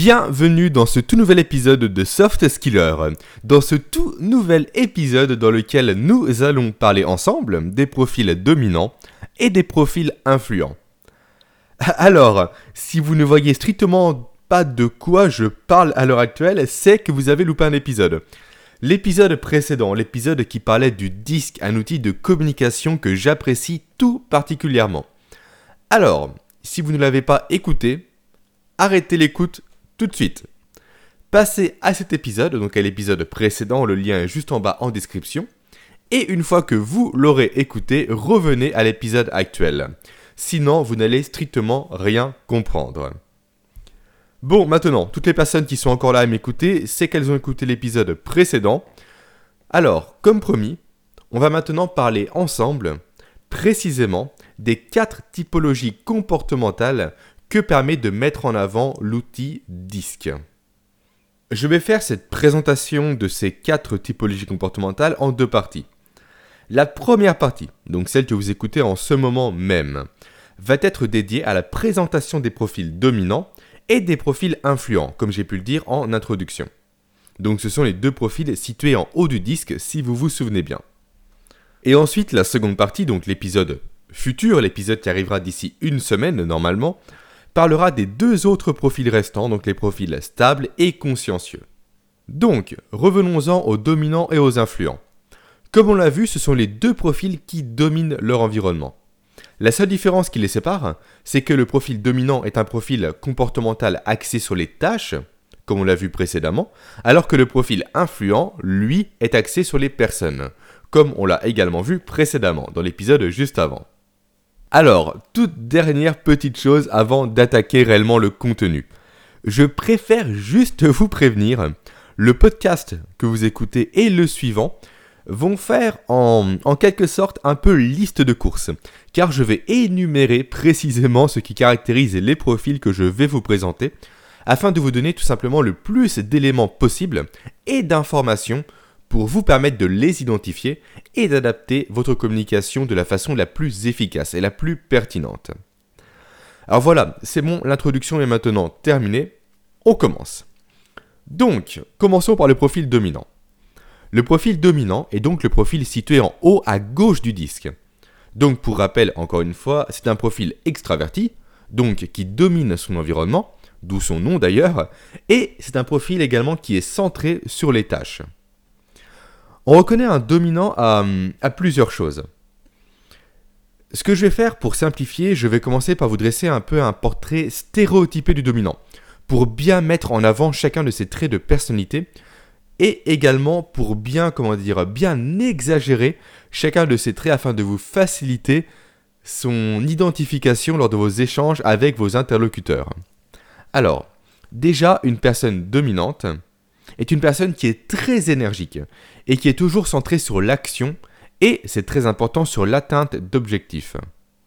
Bienvenue dans ce tout nouvel épisode de Soft Skiller. Dans ce tout nouvel épisode dans lequel nous allons parler ensemble des profils dominants et des profils influents. Alors, si vous ne voyez strictement pas de quoi je parle à l'heure actuelle, c'est que vous avez loupé un épisode. L'épisode précédent, l'épisode qui parlait du disque, un outil de communication que j'apprécie tout particulièrement. Alors, si vous ne l'avez pas écouté, arrêtez l'écoute tout de suite. Passez à cet épisode, donc à l'épisode précédent, le lien est juste en bas en description. Et une fois que vous l'aurez écouté, revenez à l'épisode actuel. Sinon, vous n'allez strictement rien comprendre. Bon, maintenant, toutes les personnes qui sont encore là à m'écouter, c'est qu'elles ont écouté l'épisode précédent. Alors, comme promis, on va maintenant parler ensemble, précisément, des 4 typologies comportementales que permet de mettre en avant l'outil disque. Je vais faire cette présentation de ces 4 typologies comportementales en 2 parties. La première partie, donc celle que vous écoutez en ce moment même, va être dédiée à la présentation des profils dominants et des profils influents, comme j'ai pu le dire en introduction. Donc ce sont les 2 profils situés en haut du disque, si vous vous souvenez bien. Et ensuite, la seconde partie, donc l'épisode futur, l'épisode qui arrivera d'ici une semaine normalement, parlera des 2 autres profils restants, donc les profils stables et consciencieux. Donc, revenons-en aux dominants et aux influents. Comme on l'a vu, ce sont les 2 profils qui dominent leur environnement. La seule différence qui les sépare, c'est que le profil dominant est un profil comportemental axé sur les tâches, comme on l'a vu précédemment, alors que le profil influent, lui, est axé sur les personnes, comme on l'a également vu précédemment, dans l'épisode juste avant. Alors, toute dernière petite chose avant d'attaquer réellement le contenu. Je préfère juste vous prévenir, le podcast que vous écoutez et le suivant vont faire en quelque sorte un peu liste de courses, car je vais énumérer précisément ce qui caractérise les profils que je vais vous présenter, afin de vous donner tout simplement le plus d'éléments possibles et d'informations pour vous permettre de les identifier et d'adapter votre communication de la façon la plus efficace et la plus pertinente. Alors voilà, c'est bon, l'introduction est maintenant terminée, on commence. Donc, commençons par le profil dominant. Le profil dominant est donc le profil situé en haut à gauche du disque. Donc pour rappel, encore une fois, c'est un profil extraverti, donc qui domine son environnement, d'où son nom d'ailleurs, et c'est un profil également qui est centré sur les tâches. On reconnaît un dominant à plusieurs choses. Ce que je vais faire pour simplifier, je vais commencer par vous dresser un peu un portrait stéréotypé du dominant, pour bien mettre en avant chacun de ses traits de personnalité, et également pour bien exagérer chacun de ses traits afin de vous faciliter son identification lors de vos échanges avec vos interlocuteurs. Alors, déjà, une personne dominante est une personne qui est très énergique et qui est toujours centrée sur l'action et, c'est très important, sur l'atteinte d'objectifs.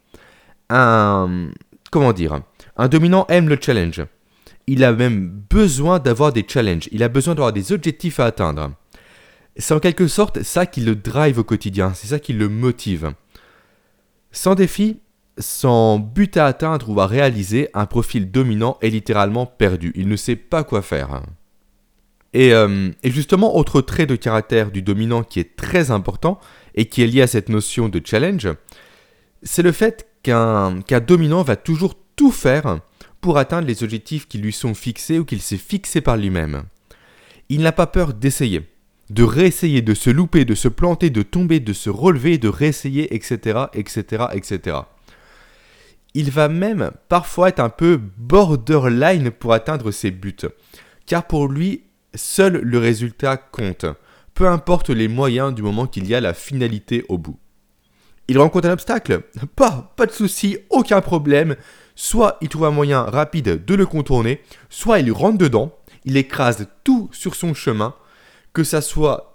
Un dominant aime le challenge. Il a même besoin d'avoir des challenges, il a besoin d'avoir des objectifs à atteindre. C'est en quelque sorte ça qui le drive au quotidien, c'est ça qui le motive. Sans défi, sans but à atteindre ou à réaliser, un profil dominant est littéralement perdu, il ne sait pas quoi faire. Et justement, autre trait de caractère du dominant qui est très important et qui est lié à cette notion de challenge, c'est le fait qu'un dominant va toujours tout faire pour atteindre les objectifs qui lui sont fixés ou qu'il s'est fixé par lui-même. Il n'a pas peur d'essayer, de réessayer, de se louper, de se planter, de tomber, de se relever, de réessayer, etc., etc., etc. Il va même parfois être un peu borderline pour atteindre ses buts, car pour lui, seul le résultat compte, peu importe les moyens du moment qu'il y a la finalité au bout. Il rencontre un obstacle ? Pas de souci, aucun problème. Soit il trouve un moyen rapide de le contourner, soit il rentre dedans, il écrase tout sur son chemin, que ça soit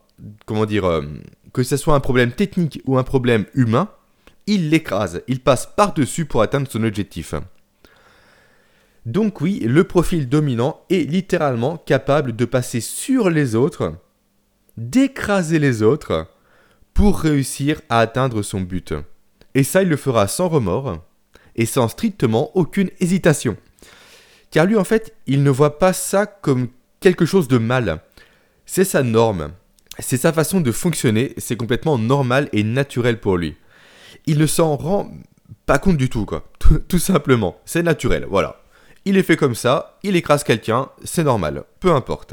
un problème technique ou un problème humain, il l'écrase, il passe par-dessus pour atteindre son objectif. Donc oui, le profil dominant est littéralement capable de passer sur les autres, d'écraser les autres, pour réussir à atteindre son but. Et ça, il le fera sans remords et sans strictement aucune hésitation. Car lui, en fait, il ne voit pas ça comme quelque chose de mal. C'est sa norme. C'est sa façon de fonctionner. C'est complètement normal et naturel pour lui. Il ne s'en rend pas compte du tout, quoi. Tout simplement. C'est naturel, voilà. Il est fait comme ça, il écrase quelqu'un, c'est normal. Peu importe.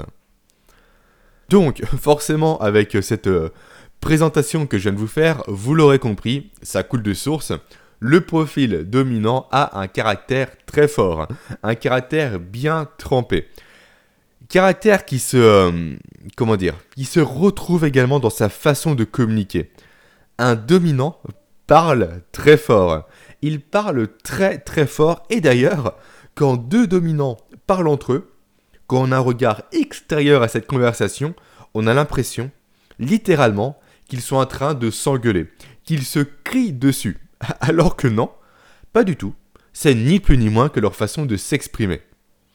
Donc, forcément, avec cette présentation que je viens de vous faire, vous l'aurez compris, ça coule de source. Le profil dominant a un caractère très fort, un caractère bien trempé. Caractère qui se retrouve également dans sa façon de communiquer. Un dominant parle très fort. Il parle très très fort. Et d'ailleurs, quand deux dominants parlent entre eux, quand on a un regard extérieur à cette conversation, on a l'impression, littéralement, qu'ils sont en train de s'engueuler, qu'ils se crient dessus. Alors que non, pas du tout. C'est ni plus ni moins que leur façon de s'exprimer.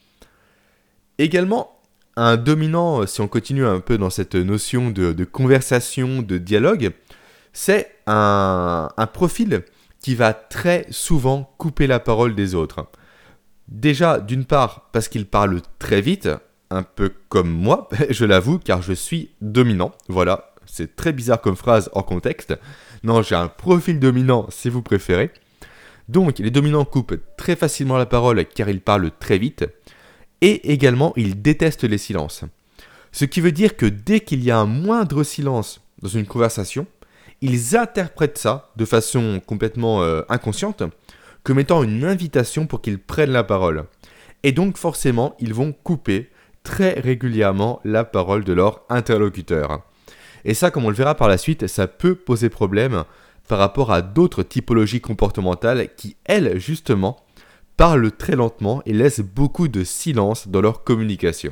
Également, un dominant, si on continue un peu dans cette notion de conversation, de dialogue, c'est un profil qui va très souvent couper la parole des autres. Déjà, d'une part, parce qu'il parle très vite, un peu comme moi, je l'avoue, car je suis dominant. Voilà, c'est très bizarre comme phrase hors contexte. Non, j'ai un profil dominant, si vous préférez. Donc, les dominants coupent très facilement la parole car ils parlent très vite. Et également, ils détestent les silences. Ce qui veut dire que dès qu'il y a un moindre silence dans une conversation, ils interprètent ça de façon complètement inconsciente comme étant une invitation pour qu'ils prennent la parole. Et donc forcément, ils vont couper très régulièrement la parole de leur interlocuteur. Et ça, comme on le verra par la suite, ça peut poser problème par rapport à d'autres typologies comportementales qui, elles, justement, parlent très lentement et laissent beaucoup de silence dans leur communication.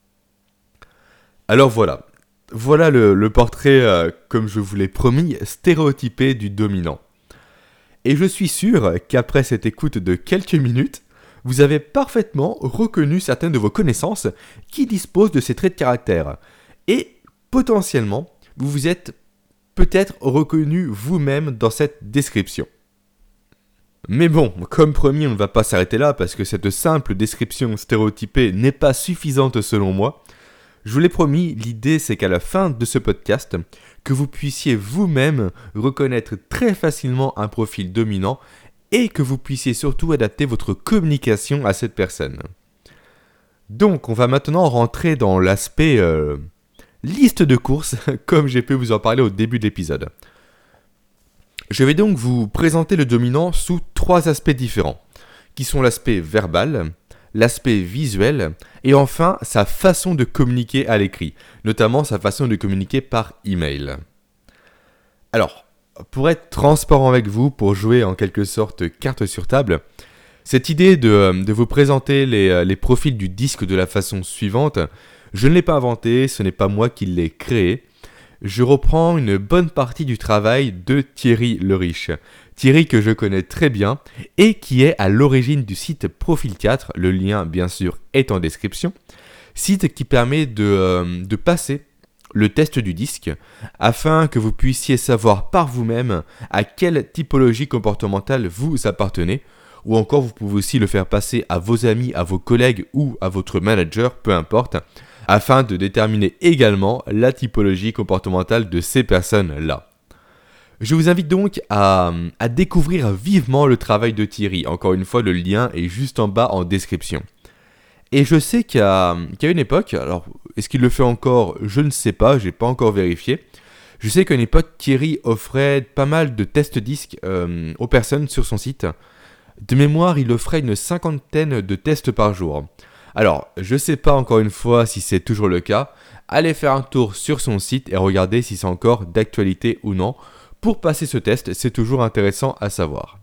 Alors voilà. Voilà le portrait, comme je vous l'ai promis, stéréotypé du dominant. Et je suis sûr qu'après cette écoute de quelques minutes, vous avez parfaitement reconnu certaines de vos connaissances qui disposent de ces traits de caractère. Et potentiellement, vous vous êtes peut-être reconnu vous-même dans cette description. Mais bon, comme promis, on ne va pas s'arrêter là parce que cette simple description stéréotypée n'est pas suffisante selon moi. Je vous l'ai promis, l'idée c'est qu'à la fin de ce podcast, que vous puissiez vous-même reconnaître très facilement un profil dominant et que vous puissiez surtout adapter votre communication à cette personne. Donc, on va maintenant rentrer dans l'aspect liste de courses, comme j'ai pu vous en parler au début de l'épisode. Je vais donc vous présenter le dominant sous 3 aspects différents, qui sont l'aspect verbal, l'aspect visuel et enfin sa façon de communiquer à l'écrit, notamment sa façon de communiquer par email. Alors, pour être transparent avec vous, pour jouer en quelque sorte carte sur table, cette idée de vous présenter les profils du disque de la façon suivante, je ne l'ai pas inventé, ce n'est pas moi qui l'ai créé. Je reprends une bonne partie du travail de Thierry Leriche. Thierry que je connais très bien et qui est à l'origine du site Profil 4, le lien bien sûr est en description, site qui permet de passer le test du disque afin que vous puissiez savoir par vous-même à quelle typologie comportementale vous appartenez ou encore vous pouvez aussi le faire passer à vos amis, à vos collègues ou à votre manager, peu importe, afin de déterminer également la typologie comportementale de ces personnes-là. Je vous invite donc à découvrir vivement le travail de Thierry. Encore une fois, le lien est juste en bas en description. Et je sais qu'à une époque, alors est-ce qu'il le fait encore? Je ne sais pas, je n'ai pas encore vérifié. Je sais qu'à une époque, Thierry offrait pas mal de tests disques aux personnes sur son site. De mémoire, il offrait une 50aine de tests par jour. Alors, je ne sais pas encore une fois si c'est toujours le cas. Allez faire un tour sur son site et regardez si c'est encore d'actualité ou non. Pour passer ce test, c'est toujours intéressant à savoir.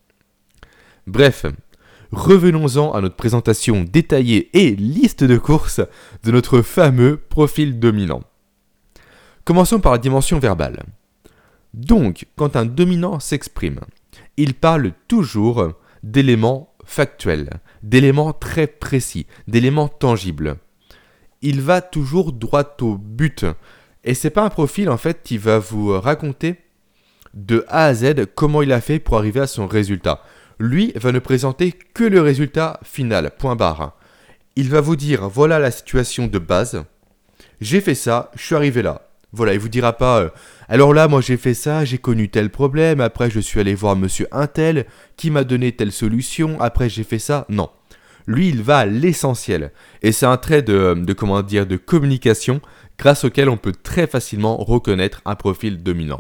Bref, revenons-en à notre présentation détaillée et liste de courses de notre fameux profil dominant. Commençons par la dimension verbale. Donc, quand un dominant s'exprime, il parle toujours d'éléments factuels, d'éléments très précis, d'éléments tangibles. Il va toujours droit au but. Et c'est pas un profil en fait qui va vous raconter de A à Z comment il a fait pour arriver à son résultat. Lui va ne présenter que le résultat final, point barre. Il va vous dire, voilà la situation de base, j'ai fait ça, je suis arrivé là. Voilà, il vous dira pas, alors là, moi j'ai fait ça, j'ai connu tel problème, après je suis allé voir monsieur Untel, qui m'a donné telle solution, après j'ai fait ça. Non. Lui, il va à l'essentiel. Et c'est un trait de communication grâce auquel on peut très facilement reconnaître un profil dominant.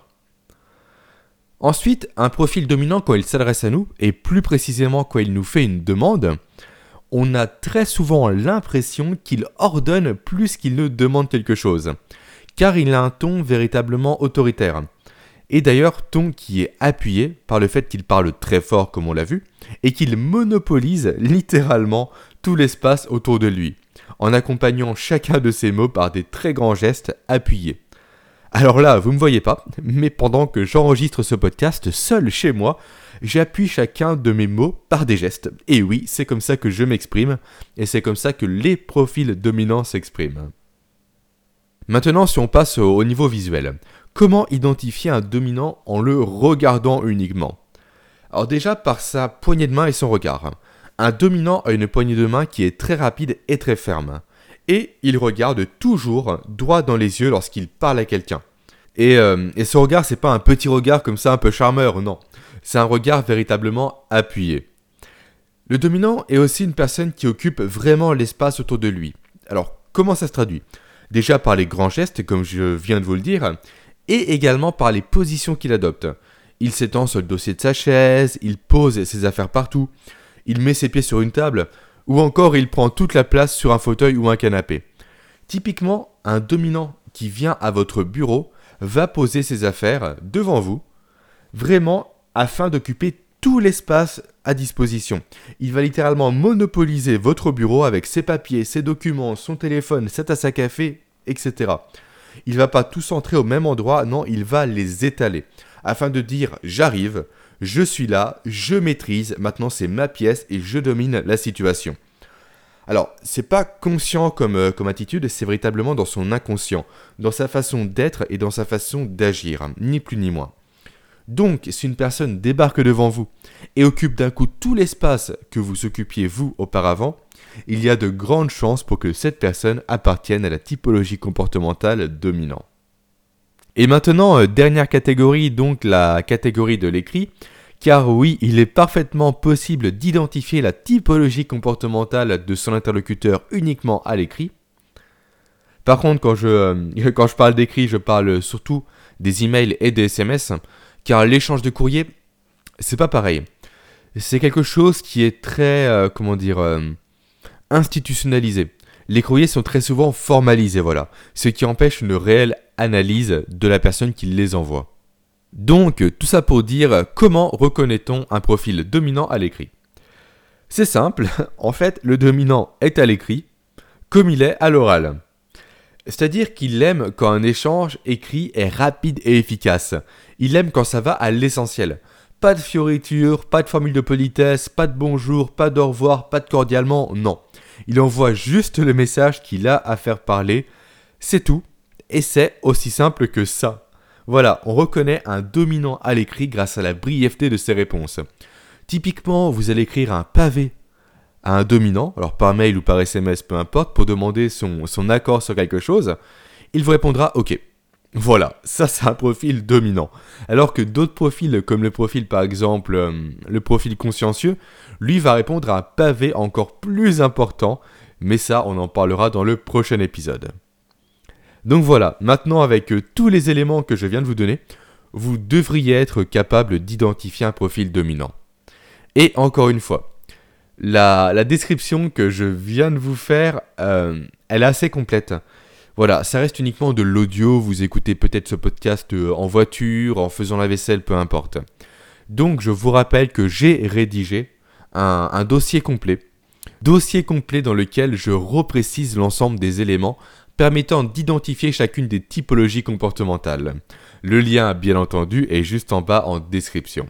Ensuite, un profil dominant quand il s'adresse à nous, et plus précisément quand il nous fait une demande, on a très souvent l'impression qu'il ordonne plus qu'il ne demande quelque chose, car il a un ton véritablement autoritaire. Et d'ailleurs, ton qui est appuyé par le fait qu'il parle très fort comme on l'a vu, et qu'il monopolise littéralement tout l'espace autour de lui, en accompagnant chacun de ses mots par des très grands gestes appuyés. Alors là, vous ne me voyez pas, mais pendant que j'enregistre ce podcast seul chez moi, j'appuie chacun de mes mots par des gestes. Et oui, c'est comme ça que je m'exprime, et c'est comme ça que les profils dominants s'expriment. Maintenant, si on passe au niveau visuel, comment identifier un dominant en le regardant uniquement ? Alors déjà, par sa poignée de main et son regard. Un dominant a une poignée de main qui est très rapide et très ferme. Et il regarde toujours droit dans les yeux lorsqu'il parle à quelqu'un. Et ce regard, c'est pas un petit regard comme ça un peu charmeur, non. C'est un regard véritablement appuyé. Le dominant est aussi une personne qui occupe vraiment l'espace autour de lui. Alors, comment ça se traduit ? Déjà par les grands gestes, comme je viens de vous le dire, et également par les positions qu'il adopte. Il s'étend sur le dossier de sa chaise, il pose ses affaires partout, il met ses pieds sur une table, ou encore il prend toute la place sur un fauteuil ou un canapé. Typiquement, un dominant qui vient à votre bureau va poser ses affaires devant vous, vraiment afin d'occuper tout l'espace à disposition. Il va littéralement monopoliser votre bureau avec ses papiers, ses documents, son téléphone, sa tasse à café, etc. Il ne va pas tout centrer au même endroit, non, il va les étaler, afin de dire « j'arrive », je suis là, je maîtrise, maintenant c'est ma pièce et je domine la situation. Alors, c'est pas conscient comme attitude, c'est véritablement dans son inconscient, dans sa façon d'être et dans sa façon d'agir, ni plus ni moins. Donc, si une personne débarque devant vous et occupe d'un coup tout l'espace que vous occupiez vous auparavant, il y a de grandes chances pour que cette personne appartienne à la typologie comportementale dominante. Et maintenant, dernière catégorie, donc la catégorie de l'écrit, car oui, il est parfaitement possible d'identifier la typologie comportementale de son interlocuteur uniquement à l'écrit. Par contre, quand je parle d'écrit, je parle surtout des emails et des SMS, car l'échange de courrier, c'est pas pareil. C'est quelque chose qui est très, institutionnalisé. Les courriers sont très souvent formalisés, voilà, ce qui empêche une réelle analyse de la personne qui les envoie. Donc, tout ça pour dire comment reconnaît-on un profil dominant à l'écrit ? C'est simple, en fait, le dominant est à l'écrit comme il est à l'oral. C'est-à-dire qu'il aime quand un échange écrit est rapide et efficace. Il aime quand ça va à l'essentiel. Pas de fioritures, pas de formule de politesse, pas de bonjour, pas d'au revoir, pas de cordialement, non. Il envoie juste le message qu'il a à faire parler, c'est tout, et c'est aussi simple que ça. Voilà, on reconnaît un dominant à l'écrit grâce à la brièveté de ses réponses. Typiquement, vous allez écrire un pavé à un dominant, alors par mail ou par SMS, peu importe, pour demander son accord sur quelque chose, il vous répondra « Ok ». Voilà, ça c'est un profil dominant. Alors que d'autres profils, comme le profil par exemple, le profil consciencieux, lui va répondre à un pavé encore plus important, mais ça on en parlera dans le prochain épisode. Donc voilà, maintenant avec tous les éléments que je viens de vous donner, vous devriez être capable d'identifier un profil dominant. Et encore une fois, la description que je viens de vous faire, elle est assez complète. Voilà, ça reste uniquement de l'audio, vous écoutez peut-être ce podcast en voiture, en faisant la vaisselle, peu importe. Donc je vous rappelle que j'ai rédigé un dossier complet dans lequel je reprécise l'ensemble des éléments permettant d'identifier chacune des typologies comportementales. Le lien, bien entendu, est juste en bas en description.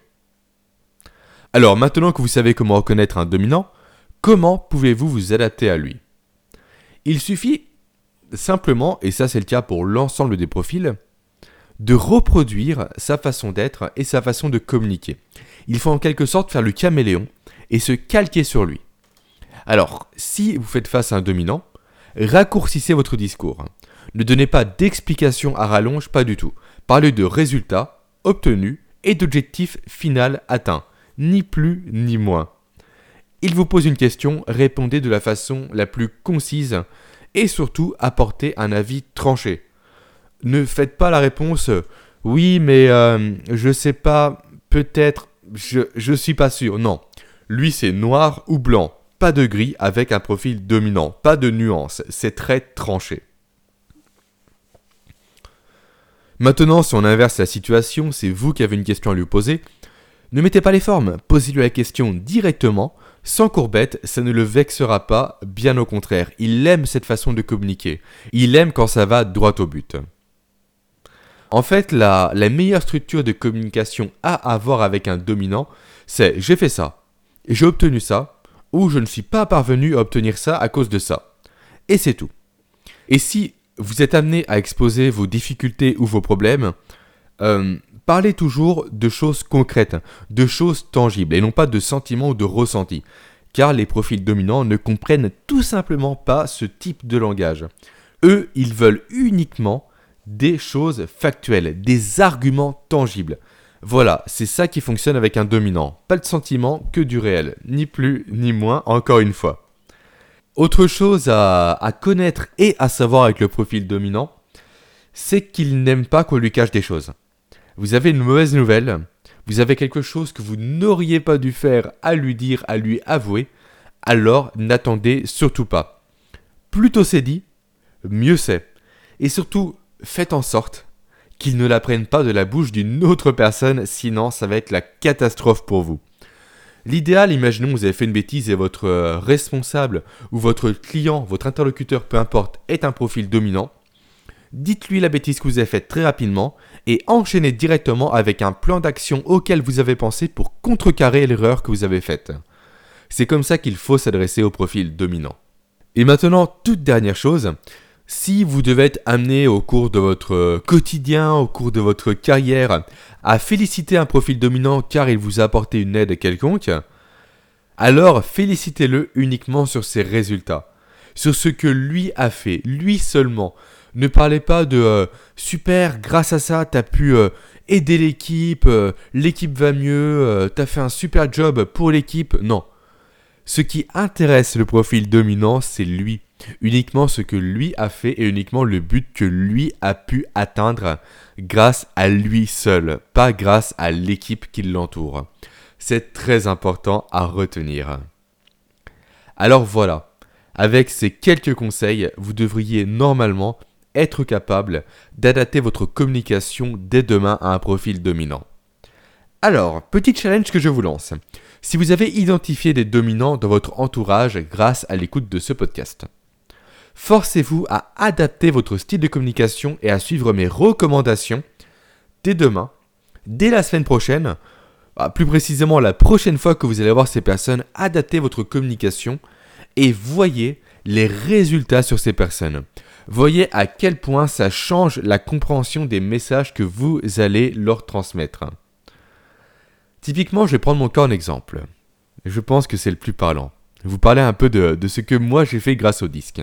Alors maintenant que vous savez comment reconnaître un dominant, comment pouvez-vous vous adapter à lui ? Il suffit simplement, et ça c'est le cas pour l'ensemble des profils, de reproduire sa façon d'être et sa façon de communiquer. Il faut en quelque sorte faire le caméléon et se calquer sur lui. Alors, si vous faites face à un dominant, raccourcissez votre discours. Ne donnez pas d'explications à rallonge, pas du tout. Parlez de résultats obtenus et d'objectifs final atteint, ni plus ni moins. Il vous pose une question, répondez de la façon la plus concise et surtout apportez un avis tranché. Ne faites pas la réponse « oui mais je sais pas, peut-être, je suis pas sûr ». Non, lui c'est noir ou blanc, pas de gris avec un profil dominant, pas de nuance, c'est très tranché. Maintenant, si on inverse la situation, c'est vous qui avez une question à lui poser. Ne mettez pas les formes, posez-lui la question directement, sans courbette, ça ne le vexera pas, bien au contraire. Il aime cette façon de communiquer. Il aime quand ça va droit au but. En fait, la meilleure structure de communication à avoir avec un dominant, c'est « j'ai fait ça, j'ai obtenu ça » ou « je ne suis pas parvenu à obtenir ça à cause de ça ». Et c'est tout. Et si vous êtes amené à exposer vos difficultés ou vos problèmes, parlez toujours de choses concrètes, de choses tangibles et non pas de sentiments ou de ressentis, car les profils dominants ne comprennent tout simplement pas ce type de langage. Eux, ils veulent uniquement des choses factuelles, des arguments tangibles. Voilà, c'est ça qui fonctionne avec un dominant. Pas de sentiments, que du réel, ni plus ni moins, encore une fois. Autre chose à connaître et à savoir avec le profil dominant, c'est qu'il n'aime pas qu'on lui cache des choses. Vous avez une mauvaise nouvelle, vous avez quelque chose que vous n'auriez pas dû faire à lui dire, à lui avouer, alors n'attendez surtout pas. Plus tôt c'est dit, mieux c'est. Et surtout, faites en sorte qu'il ne l'apprenne pas de la bouche d'une autre personne, sinon ça va être la catastrophe pour vous. L'idéal, imaginons que vous avez fait une bêtise et votre responsable ou votre client, votre interlocuteur, peu importe, est un profil dominant. Dites-lui la bêtise que vous avez faite très rapidement et enchaînez directement avec un plan d'action auquel vous avez pensé pour contrecarrer l'erreur que vous avez faite. C'est comme ça qu'il faut s'adresser au profil dominant. Et maintenant, toute dernière chose, si vous devez être amené au cours de votre quotidien, au cours de votre carrière, à féliciter un profil dominant car il vous a apporté une aide quelconque, alors félicitez-le uniquement sur ses résultats, sur ce que lui a fait, lui seulement. Ne parlez pas de super, grâce à ça, t'as pu aider l'équipe va mieux, t'as fait un super job pour l'équipe. Non. Ce qui intéresse le profil dominant, c'est lui. Uniquement ce que lui a fait et uniquement le but que lui a pu atteindre grâce à lui seul, pas grâce à l'équipe qui l'entoure. C'est très important à retenir. Alors voilà, avec ces quelques conseils, vous devriez normalement être capable d'adapter votre communication dès demain à un profil dominant. Alors, petit challenge que je vous lance. Si vous avez identifié des dominants dans votre entourage grâce à l'écoute de ce podcast, forcez-vous à adapter votre style de communication et à suivre mes recommandations dès demain, dès la semaine prochaine, plus précisément la prochaine fois que vous allez voir ces personnes, adaptez votre communication et voyez les résultats sur ces personnes. Voyez à quel point ça change la compréhension des messages que vous allez leur transmettre. Typiquement, je vais prendre mon cas en exemple. Je pense que c'est le plus parlant. Je vais vous parler un peu de ce que moi j'ai fait grâce au disque.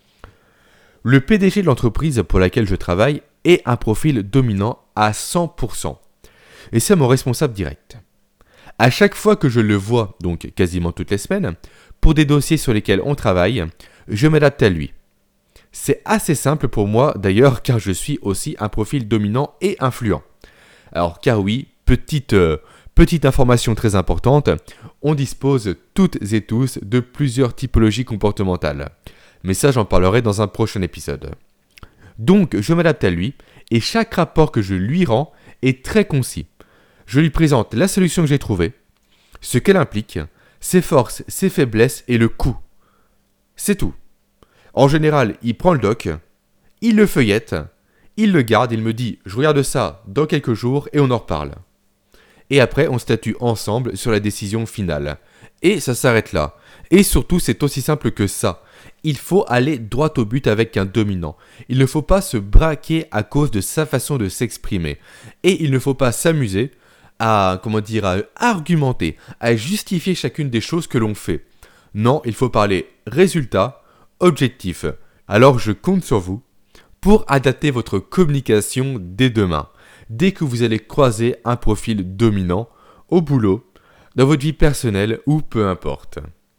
Le PDG de l'entreprise pour laquelle je travaille est un profil dominant à 100%. Et c'est mon responsable direct. À chaque fois que je le vois, donc quasiment toutes les semaines, pour des dossiers sur lesquels on travaille, je m'adapte à lui. C'est assez simple pour moi d'ailleurs car je suis aussi un profil dominant et influent. Alors car oui, petite information très importante, on dispose toutes et tous de plusieurs typologies comportementales. Mais ça j'en parlerai dans un prochain épisode. Donc je m'adapte à lui et chaque rapport que je lui rends est très concis. Je lui présente la solution que j'ai trouvée, ce qu'elle implique, ses forces, ses faiblesses et le coût. C'est tout. En général, il prend le doc, il le feuillette, il le garde, il me dit « je regarde ça dans quelques jours et on en reparle ». Et après, on statue ensemble sur la décision finale. Et ça s'arrête là. Et surtout, c'est aussi simple que ça. Il faut aller droit au but avec un dominant. Il ne faut pas se braquer à cause de sa façon de s'exprimer. Et il ne faut pas s'amuser à argumenter, à justifier chacune des choses que l'on fait. Non, il faut parler résultat, objectif. Alors je compte sur vous pour adapter votre communication dès demain, dès que vous allez croiser un profil dominant, au boulot, dans votre vie personnelle ou peu importe.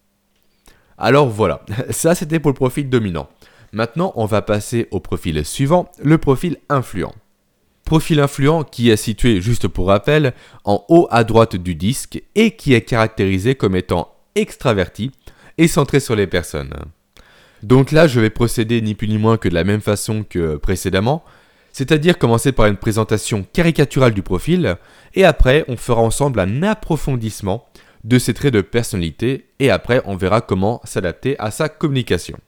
Alors voilà, ça c'était pour le profil dominant. Maintenant, on va passer au profil suivant, le profil influent. Profil influent qui est situé, juste pour rappel, en haut à droite du disque et qui est caractérisé comme étant extraverti et centré sur les personnes. Donc là, je vais procéder ni plus ni moins que de la même façon que précédemment, c'est-à-dire commencer par une présentation caricaturale du profil, et après, on fera ensemble un approfondissement de ses traits de personnalité, et après, on verra comment s'adapter à sa communication.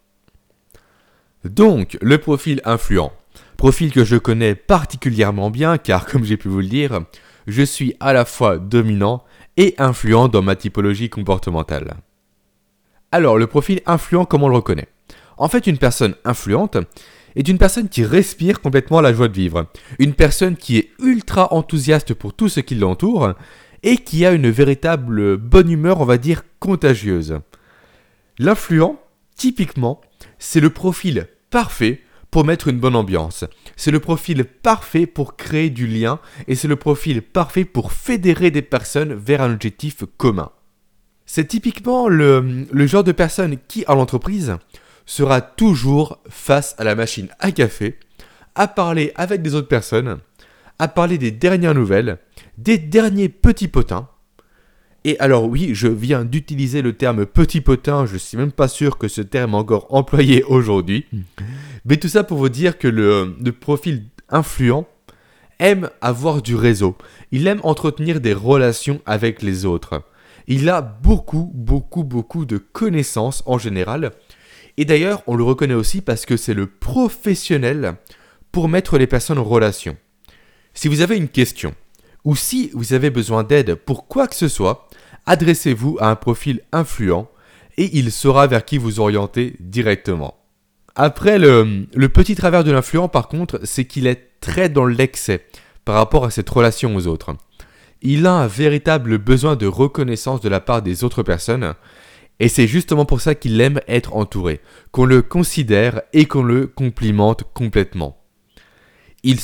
Donc, le profil influent. Profil que je connais particulièrement bien, car comme j'ai pu vous le dire, je suis à la fois dominant et influent dans ma typologie comportementale. Alors, le profil influent, comment on le reconnaît ? En fait, une personne influente est une personne qui respire complètement la joie de vivre. Une personne qui est ultra enthousiaste pour tout ce qui l'entoure et qui a une véritable bonne humeur, on va dire, contagieuse. L'influent, typiquement, c'est le profil parfait pour mettre une bonne ambiance. C'est le profil parfait pour créer du lien et c'est le profil parfait pour fédérer des personnes vers un objectif commun. C'est typiquement le genre de personne qui, à l'entreprise, sera toujours face à la machine à café, à parler avec des autres personnes, à parler des dernières nouvelles, des derniers petits potins. Et alors oui, je viens d'utiliser le terme petit potin, je ne suis même pas sûr que ce terme est encore employé aujourd'hui. Mais tout ça pour vous dire que le profil influent aime avoir du réseau. Il aime entretenir des relations avec les autres. Il a beaucoup de connaissances en général. Et d'ailleurs, on le reconnaît aussi parce que c'est le professionnel pour mettre les personnes en relation. Si vous avez une question, ou si vous avez besoin d'aide pour quoi que ce soit, adressez-vous à un profil influent et il saura vers qui vous orienter directement. Après, le petit travers de l'influent, par contre, c'est qu'il est très dans l'excès par rapport à cette relation aux autres. Il a un véritable besoin de reconnaissance de la part des autres personnes. Et c'est justement pour ça qu'il aime être entouré, qu'on le considère et qu'on le complimente complètement. Il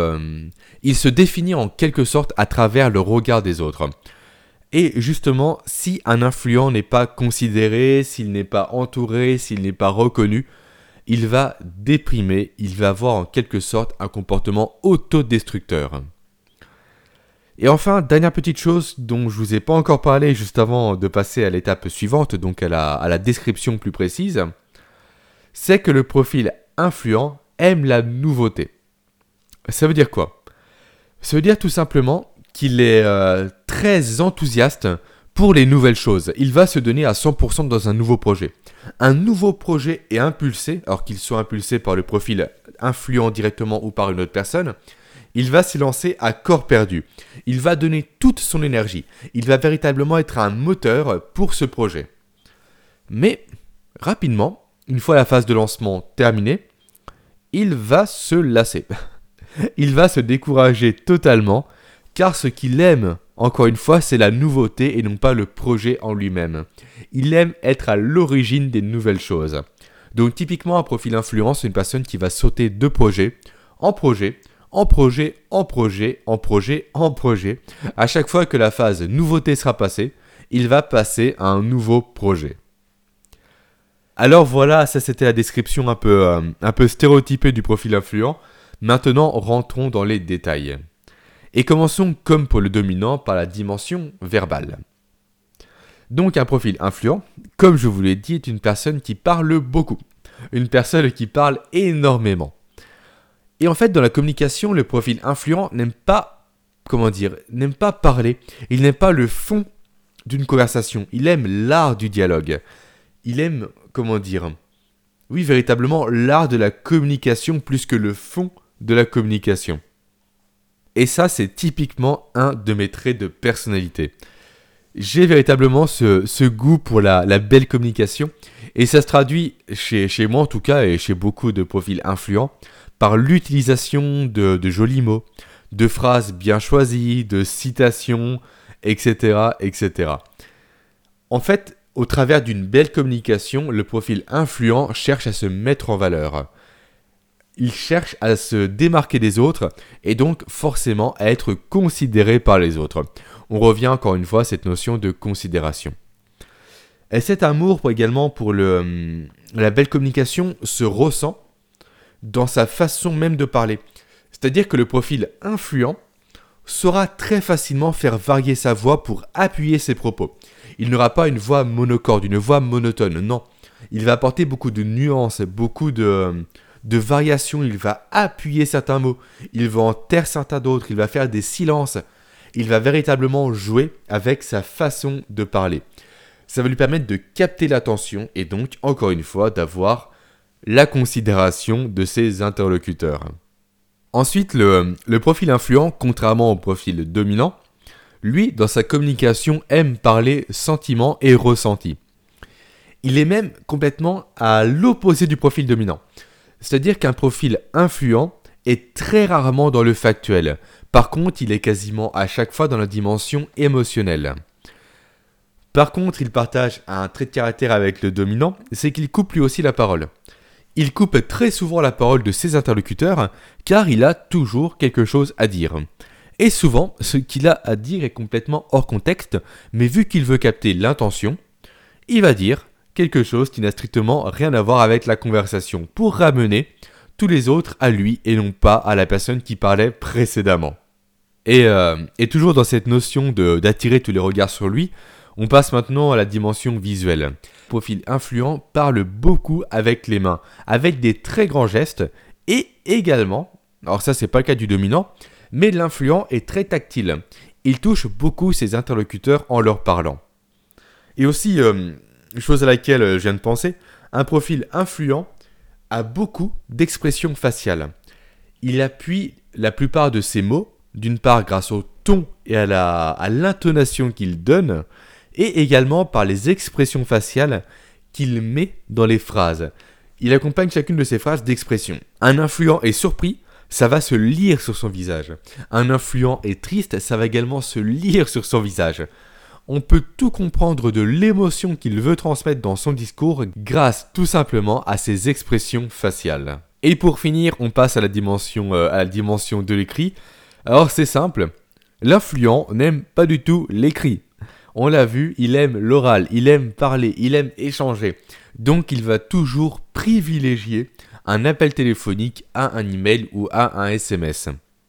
se définit en quelque sorte à travers le regard des autres. Et justement, si un influent n'est pas considéré, s'il n'est pas entouré, s'il n'est pas reconnu, il va déprimer, il va avoir en quelque sorte un comportement autodestructeur. Et enfin, dernière petite chose dont je vous ai pas encore parlé juste avant de passer à l'étape suivante, donc à la description plus précise, c'est que le profil influent aime la nouveauté. Ça veut dire quoi ? Ça veut dire tout simplement qu'il est très enthousiaste pour les nouvelles choses. Il va se donner à 100% dans un nouveau projet. Un nouveau projet est impulsé, alors qu'il soit impulsé par le profil influent directement ou par une autre personne, il va s'y lancer à corps perdu. Il va donner toute son énergie. Il va véritablement être un moteur pour ce projet. Mais, rapidement, une fois la phase de lancement terminée, il va se lasser. Il va se décourager totalement, car ce qu'il aime, encore une fois, c'est la nouveauté et non pas le projet en lui-même. Il aime être à l'origine des nouvelles choses. Donc typiquement, un profil influent, c'est une personne qui va sauter de projet en projet, en projet. À chaque fois que la phase nouveauté sera passée, il va passer à un nouveau projet. Alors voilà, ça c'était la description un peu stéréotypée du profil influent. Maintenant, rentrons dans les détails. Et commençons, comme pour le dominant, par la dimension verbale. Donc un profil influent, comme je vous l'ai dit, est une personne qui parle beaucoup. Une personne qui parle énormément. Et en fait, dans la communication, le profil influent n'aime pas parler. Il n'aime pas le fond d'une conversation. Il aime l'art du dialogue. Il aime, véritablement l'art de la communication plus que le fond de la communication. Et ça, c'est typiquement un de mes traits de personnalité. J'ai véritablement ce goût pour la belle communication. Et ça se traduit, chez moi en tout cas, et chez beaucoup de profils influents, par l'utilisation de jolis mots, de phrases bien choisies, de citations, etc. En fait, Au travers d'une belle communication, le profil influent cherche à se mettre en valeur. Il cherche à se démarquer des autres et donc forcément à être considéré par les autres. On revient encore une fois à cette notion de considération. Et cet amour également pour la belle communication se ressent dans sa façon même de parler. C'est-à-dire que le profil influent saura très facilement faire varier sa voix pour appuyer ses propos. Il n'aura pas une voix monocorde, une voix monotone, non. Il va apporter beaucoup de nuances, beaucoup de variations, il va appuyer certains mots, il va en taire certains d'autres, il va faire des silences. Il va véritablement jouer avec sa façon de parler. Ça va lui permettre de capter l'attention et donc, encore une fois, d'avoir la considération de ses interlocuteurs. Ensuite, le profil influent, contrairement au profil dominant, lui, dans sa communication, aime parler sentiments et ressentis. Il est même complètement à l'opposé du profil dominant. C'est-à-dire qu'un profil influent est très rarement dans le factuel. Par contre, il est quasiment à chaque fois dans la dimension émotionnelle. Par contre, il partage un trait de caractère avec le dominant, c'est qu'il coupe lui aussi la parole. Il coupe très souvent la parole de ses interlocuteurs, car il a toujours quelque chose à dire. Et souvent, ce qu'il a à dire est complètement hors contexte, mais vu qu'il veut capter l'intention, il va dire quelque chose qui n'a strictement rien à voir avec la conversation, pour ramener tous les autres à lui et non pas à la personne qui parlait précédemment. Et toujours dans cette notion d'attirer tous les regards sur lui, on passe maintenant à la dimension visuelle. Le profil influent parle beaucoup avec les mains, avec des très grands gestes, et également, alors ça c'est pas le cas du dominant, mais l'influent est très tactile. Il touche beaucoup ses interlocuteurs en leur parlant. Et aussi, chose à laquelle je viens de penser, un profil influent a beaucoup d'expressions faciales. Il appuie la plupart de ses mots, d'une part grâce au ton et à l'intonation qu'il donne, et également par les expressions faciales qu'il met dans les phrases. Il accompagne chacune de ces phrases d'expressions. Un influent est surpris, ça va se lire sur son visage. Un influent est triste, ça va également se lire sur son visage. On peut tout comprendre de l'émotion qu'il veut transmettre dans son discours grâce tout simplement à ses expressions faciales. Et pour finir, on passe à la dimension de l'écrit. Alors c'est simple, l'influent n'aime pas du tout l'écrit. On l'a vu, il aime l'oral, il aime parler, il aime échanger. Donc il va toujours privilégier un appel téléphonique à un email ou à un SMS.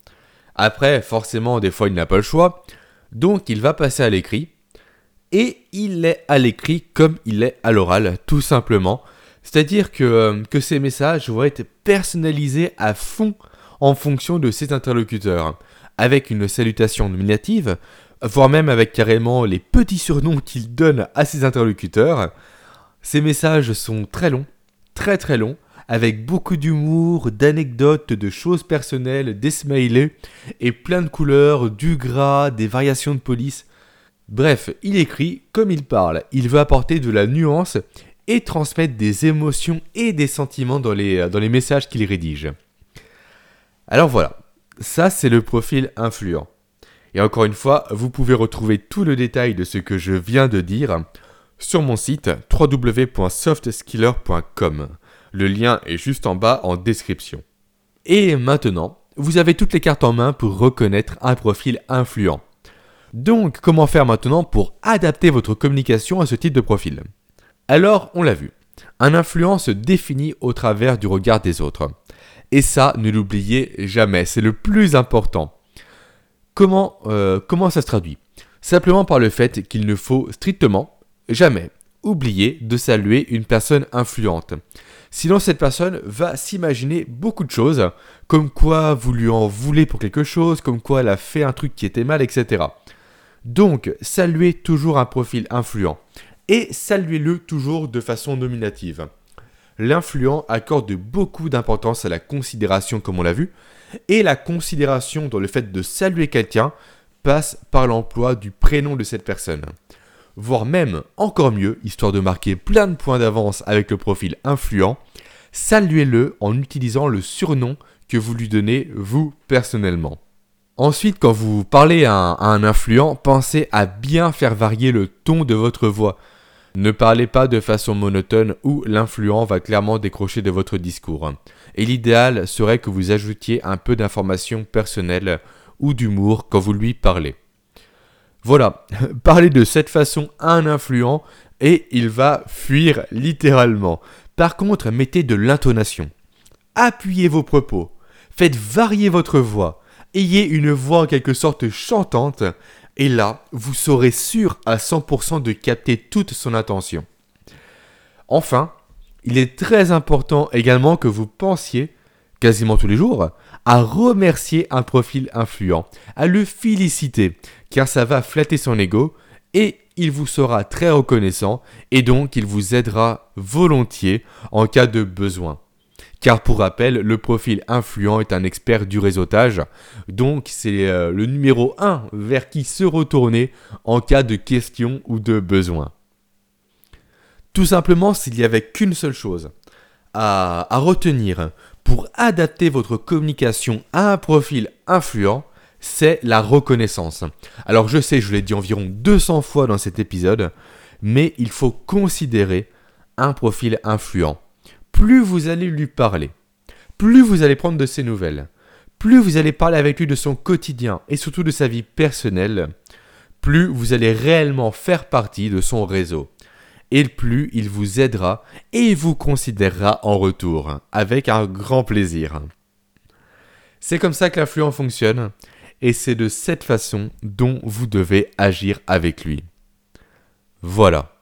Après, forcément, des fois il n'a pas le choix, donc il va passer à l'écrit. Et il est à l'écrit comme il est à l'oral, tout simplement. C'est-à-dire que ces messages vont être personnalisés à fond en fonction de ses interlocuteurs, avec une salutation nominative, voire même avec carrément les petits surnoms qu'il donne à ses interlocuteurs. Ces messages sont très longs, très très longs, avec beaucoup d'humour, d'anecdotes, de choses personnelles, des smileys, et plein de couleurs, du gras, des variations de police. Bref, il écrit comme il parle, il veut apporter de la nuance et transmettre des émotions et des sentiments dans les messages qu'il rédige. Alors voilà, ça c'est le profil influent. Et encore une fois, vous pouvez retrouver tout le détail de ce que je viens de dire sur mon site www.softskiller.com. Le lien est juste en bas en description. Et maintenant, vous avez toutes les cartes en main pour reconnaître un profil influent. Donc, comment faire maintenant pour adapter votre communication à ce type de profil ? Alors, on l'a vu, un influent se définit au travers du regard des autres. Et ça, ne l'oubliez jamais, c'est le plus important. Comment ça se traduit ? Simplement par le fait qu'il ne faut strictement jamais oublier de saluer une personne influente. Sinon, cette personne va s'imaginer beaucoup de choses, comme quoi vous lui en voulez pour quelque chose, comme quoi elle a fait un truc qui était mal, etc. Donc, saluez toujours un profil influent et saluez-le toujours de façon nominative. L'influent accorde beaucoup d'importance à la considération, comme on l'a vu, et la considération dans le fait de saluer quelqu'un passe par l'emploi du prénom de cette personne. Voire même, encore mieux, histoire de marquer plein de points d'avance avec le profil influent, saluez-le en utilisant le surnom que vous lui donnez vous personnellement. Ensuite, quand vous parlez à un influent, pensez à bien faire varier le ton de votre voix. Ne parlez pas de façon monotone ou l'influent va clairement décrocher de votre discours. Et l'idéal serait que vous ajoutiez un peu d'informations personnelles ou d'humour quand vous lui parlez. Voilà, parlez de cette façon à un influent et il va fuir littéralement. Par contre, mettez de l'intonation. Appuyez vos propos. Faites varier votre voix. Ayez une voix en quelque sorte chantante. Et là, vous serez sûr à 100% de capter toute son attention. Enfin, il est très important également que vous pensiez, quasiment tous les jours, à remercier un profil influent, à le féliciter, car ça va flatter son ego et il vous sera très reconnaissant et donc il vous aidera volontiers en cas de besoin. Car pour rappel, le profil influent est un expert du réseautage, donc c'est le numéro 1 vers qui se retourner en cas de question ou de besoin. Tout simplement, s'il n'y avait qu'une seule chose à retenir pour adapter votre communication à un profil influent, c'est la reconnaissance. Alors je sais, je l'ai dit environ 200 fois dans cet épisode, mais il faut considérer un profil influent. Plus vous allez lui parler, plus vous allez prendre de ses nouvelles, plus vous allez parler avec lui de son quotidien et surtout de sa vie personnelle, plus vous allez réellement faire partie de son réseau. Et plus il vous aidera et vous considérera en retour, avec un grand plaisir. C'est comme ça que l'influent fonctionne, et c'est de cette façon dont vous devez agir avec lui. Voilà.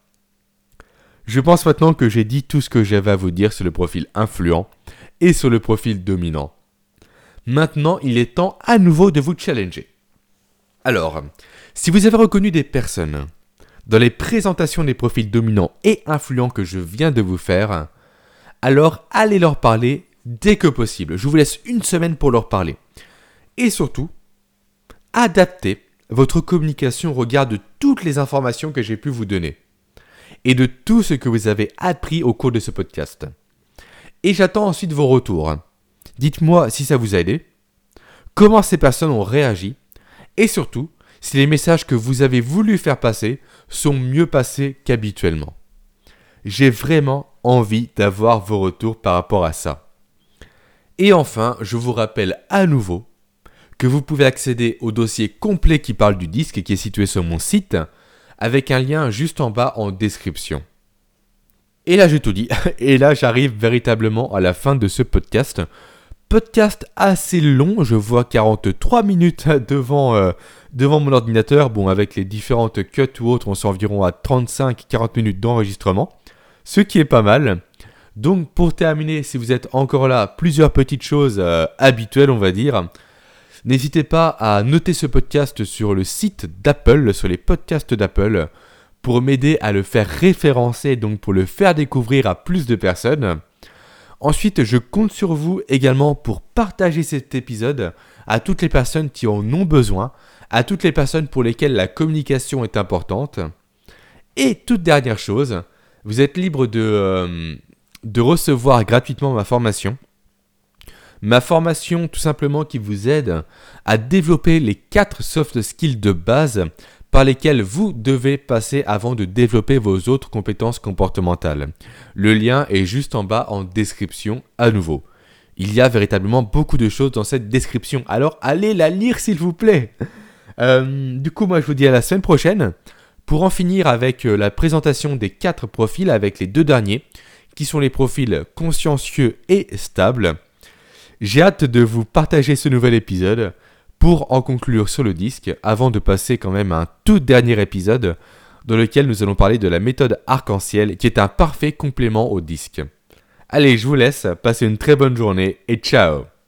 Je pense maintenant que j'ai dit tout ce que j'avais à vous dire sur le profil influent et sur le profil dominant. Maintenant, il est temps à nouveau de vous challenger. Alors, si vous avez reconnu des personnes dans les présentations des profils dominants et influents que je viens de vous faire, alors allez leur parler dès que possible. Je vous laisse une semaine pour leur parler. Et surtout, adaptez votre communication au regard de toutes les informations que j'ai pu vous donner et de tout ce que vous avez appris au cours de ce podcast. Et j'attends ensuite vos retours. Dites-moi si ça vous a aidé, comment ces personnes ont réagi et surtout, si les messages que vous avez voulu faire passer sont mieux passés qu'habituellement. J'ai vraiment envie d'avoir vos retours par rapport à ça. Et enfin, je vous rappelle à nouveau que vous pouvez accéder au dossier complet qui parle du disque qui est situé sur mon site avec un lien juste en bas en description. Et là j'ai tout dit, et là j'arrive véritablement à la fin de ce podcast. Podcast assez long, je vois 43 minutes devant mon ordinateur. Bon, avec les différentes cuts ou autres, on s'est environ à 35-40 minutes d'enregistrement, ce qui est pas mal. Donc pour terminer, si vous êtes encore là, plusieurs petites choses habituelles on va dire. N'hésitez pas à noter ce podcast sur le site d'Apple, sur les podcasts d'Apple, pour m'aider à le faire référencer, donc pour le faire découvrir à plus de personnes. Ensuite, je compte sur vous également pour partager cet épisode à toutes les personnes qui en ont besoin, à toutes les personnes pour lesquelles la communication est importante. Et toute dernière chose, vous êtes libre de recevoir gratuitement ma formation. Ma formation tout simplement qui vous aide à développer les 4 soft skills de base par lesquels vous devez passer avant de développer vos autres compétences comportementales. Le lien est juste en bas en description à nouveau. Il y a véritablement beaucoup de choses dans cette description, alors allez la lire s'il vous plaît. Du coup, moi je vous dis à la semaine prochaine pour en finir avec la présentation des 4 profils avec les 2 derniers qui sont les profils consciencieux et stables. J'ai hâte de vous partager ce nouvel épisode pour en conclure sur le disque avant de passer quand même à un tout dernier épisode dans lequel nous allons parler de la méthode arc-en-ciel qui est un parfait complément au disque. Allez, je vous laisse, passez une très bonne journée et ciao!